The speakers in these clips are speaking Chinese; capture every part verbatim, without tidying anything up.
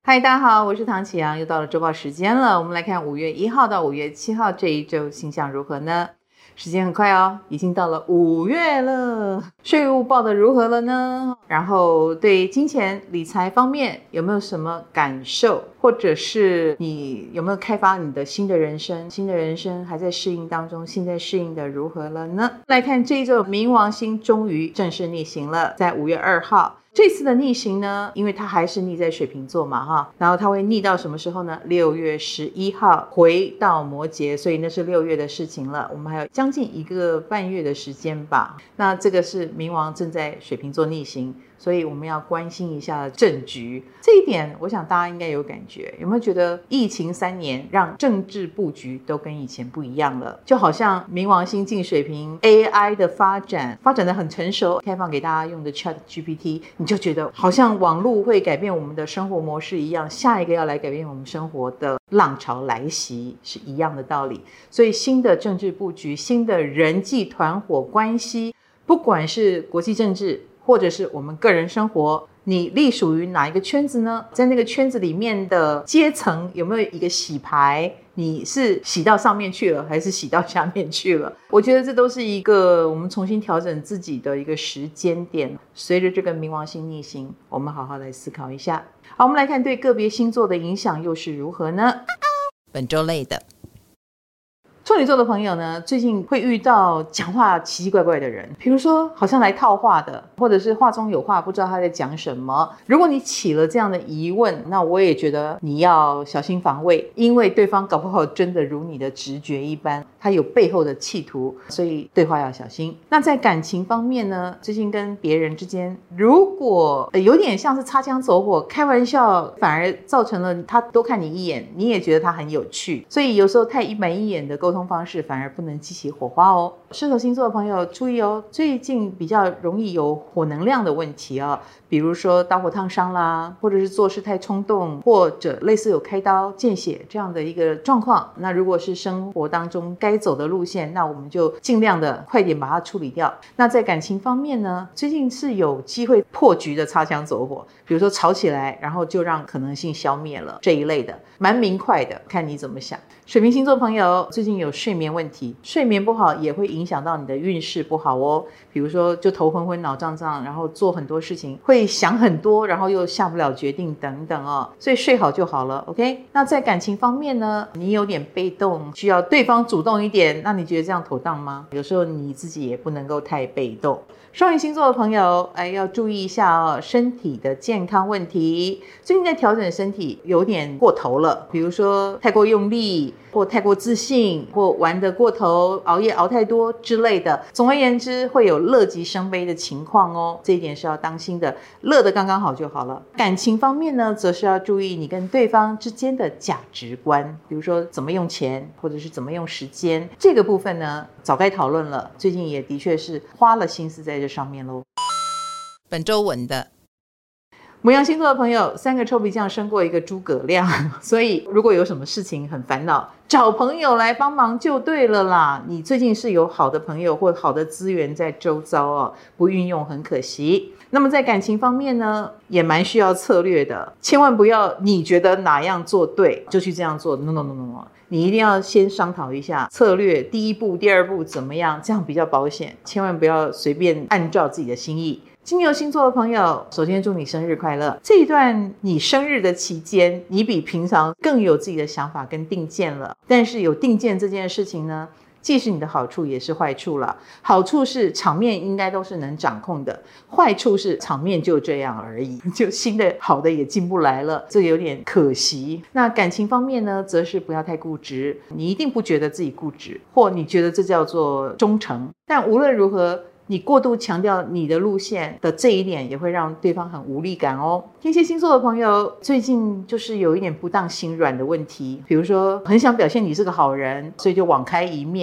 嗨，大家好，我是唐启阳，又到了周报时间了。我们来看五月一号到五月七号这一周星象如何呢？时间很快哦，已经到了五月了。税务报得如何了呢？然后对金钱理财方面有没有什么感受，或者是你有没有开发你的新的人生？新的人生还在适应当中，现在适应的如何了呢？来看这一周冥王星终于正式逆行了，在五月二号。这次的逆行呢，因为它还是逆在水瓶座嘛哈，然后它会逆到什么时候呢？六月十一号回到摩羯，所以那是六月的事情了，我们还有将近一个半月的时间吧。那这个是冥王正在水瓶座逆行，所以我们要关心一下政局。这一点我想大家应该有感觉，有没有觉得疫情三年让政治布局都跟以前不一样了？就好像冥王星进水瓶 A I 的发展发展得很成熟，开放给大家用的 Chat G P T， 你就觉得好像网络会改变我们的生活模式一样，下一个要来改变我们生活的浪潮来袭是一样的道理。所以新的政治布局，新的人际团伙关系，不管是国际政治或者是我们个人生活，你隶属于哪一个圈子呢？在那个圈子里面的阶层有没有一个洗牌？你是洗到上面去了还是洗到下面去了？我觉得这都是一个我们重新调整自己的一个时间点。随着这个冥王星逆行，我们好好来思考一下。好，我们来看对个别星座的影响又是如何呢？本周类的处女座的朋友呢，最近会遇到讲话奇奇怪怪的人，比如说好像来套话的，或者是话中有话，不知道他在讲什么。如果你起了这样的疑问，那我也觉得你要小心防卫，因为对方搞不好真的如你的直觉一般，他有背后的企图，所以对话要小心。那在感情方面呢，最近跟别人之间如果、呃、有点像是擦枪走火，开玩笑反而造成了他多看你一眼，你也觉得他很有趣，所以有时候太一板一眼的沟通方式反而不能激起火花哦。射手星座的朋友注意哦，最近比较容易有火能量的问题哦，比如说刀火烫伤啦，或者是做事太冲动，或者类似有开刀见血这样的一个状况。那如果是生活当中该走的路线，那我们就尽量的快点把它处理掉。那在感情方面呢，最近是有机会破局的擦枪走火，比如说吵起来然后就让可能性消灭了，这一类的蛮明快的，看你怎么想。水瓶星座朋友最近有睡眠问题，睡眠不好也会影响到你的运势不好哦。比如说就头昏昏脑胀胀，然后做很多事情会想很多，然后又下不了决定等等哦，所以睡好就好了 OK。 那在感情方面呢，你有点被动，需要对方主动一点，那你觉得这样妥当吗？有时候你自己也不能够太被动。双鱼星座的朋友哎，要注意一下哦，身体的健康问题。最近在调整身体有点过头了，比如说太过用力，或太过自信，或玩得过头，熬夜熬太多之类的。总而言之，会有乐极生悲的情况哦，这一点是要当心的，乐得刚刚好就好了。感情方面呢，则是要注意你跟对方之间的价值观，比如说怎么用钱，或者是怎么用时间，这个部分呢，早该讨论了。最近也的确是花了心思在这上面咯。本周稳的牡羊星座的朋友，三个臭皮匠胜过一个诸葛亮，所以如果有什么事情很烦恼，找朋友来帮忙就对了啦。你最近是有好的朋友或好的资源在周遭哦，不运用很可惜。那么在感情方面呢，也蛮需要策略的，千万不要你觉得哪样做对就去这样做 no no no no no， 你一定要先商讨一下策略，第一步第二步怎么样，这样比较保险，千万不要随便按照自己的心意。金牛星座的朋友，首先祝你生日快乐。这一段你生日的期间，你比平常更有自己的想法跟定见了。但是有定见这件事情呢，既是你的好处也是坏处了。好处是场面应该都是能掌控的，坏处是场面就这样而已，就新的好的也进不来了，这有点可惜。那感情方面呢，则是不要太固执，你一定不觉得自己固执，或你觉得这叫做忠诚，但无论如何你过度强调你的路线的这一点，也会让对方很无力感哦。天蝎星座的朋友最近就是有一点不当心软的问题，比如说很想表现你是个好人，所以就网开一面，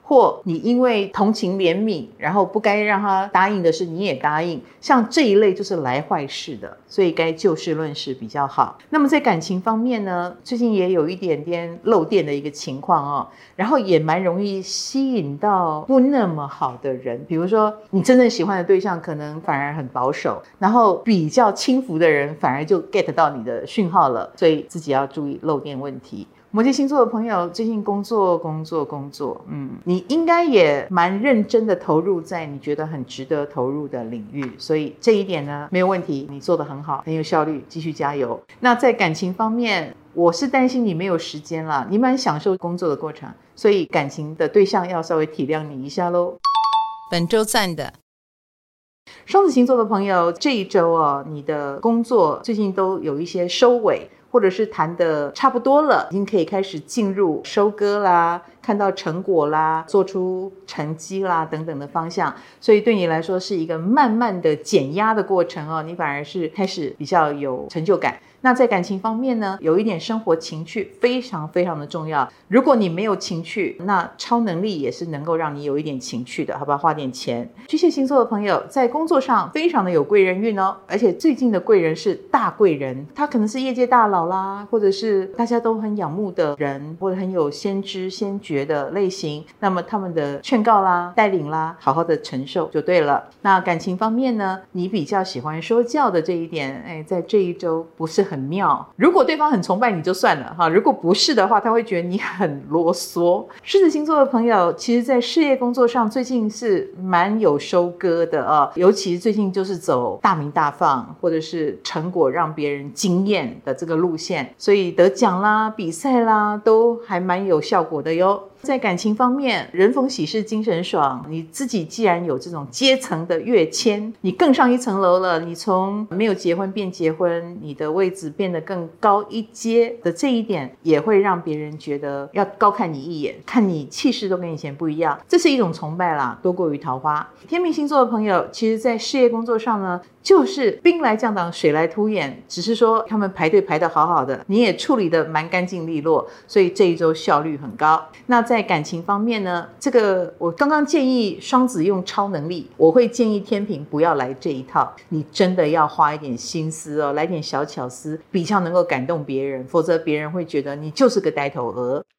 或你因为同情怜悯，然后不该让他答应的事你也答应，像这一类就是来坏事的，所以该就事论事比较好。那么在感情方面呢，最近也有一点点漏电的一个情况哦，然后也蛮容易吸引到不那么好的人，比如说你真正喜欢的对象可能反而很保守，然后比较轻浮的人反而就 get 到你的讯号了，所以自己要注意漏电问题。摩羯星座的朋友最近工作工作工作，嗯，你应该也蛮认真的投入在你觉得很值得投入的领域，所以这一点呢没有问题，你做得很好，很有效率，继续加油。那在感情方面，我是担心你没有时间啦，你蛮享受工作的过程，所以感情的对象要稍微体谅你一下咯。本周赞的双子星座的朋友，这一周哦，你的工作最近都有一些收尾，或者是谈的差不多了，已经可以开始进入收割啦，看到成果啦，做出成绩啦等等的方向，所以对你来说是一个慢慢的减压的过程哦，你反而是开始比较有成就感。那在感情方面呢，有一点生活情趣非常非常的重要，如果你没有情趣，那超能力也是能够让你有一点情趣的，好不好？花点钱。巨蟹星座的朋友在工作上非常的有贵人运哦，而且最近的贵人是大贵人，他可能是业界大佬啦，或者是大家都很仰慕的人，或者很有先知先觉的类型，那么他们的劝告啦带领啦好好的承受就对了。那感情方面呢，你比较喜欢说教的这一点，哎，在这一周不是很妙，如果对方很崇拜你就算了哈，如果不是的话，他会觉得你很啰嗦。狮子星座的朋友，其实在事业工作上最近是蛮有收割的啊，尤其是最近就是走大名大放，或者是成果让别人惊艳的这个路线，所以得奖啦、比赛啦，都还蛮有效果的哟。在感情方面，人逢喜事精神爽，你自己既然有这种阶层的跃迁，你更上一层楼了，你从没有结婚变结婚，你的位置变得更高一阶的这一点，也会让别人觉得要高看你一眼，看你气势都跟以前不一样，这是一种崇拜啦，多过于桃花。天秤星座的朋友，其实在事业工作上呢，就是兵来将挡水来土掩，只是说他们排队排得好好的，你也处理得蛮干净利落，所以这一周效率很高。那在感情方面呢，这个我刚刚建议双子用超能力，我会建议天秤不要来这一套，你真的要花一点心思哦，来点小巧思，比较能够感动别人，否则别人会觉得你就是个呆头鹅。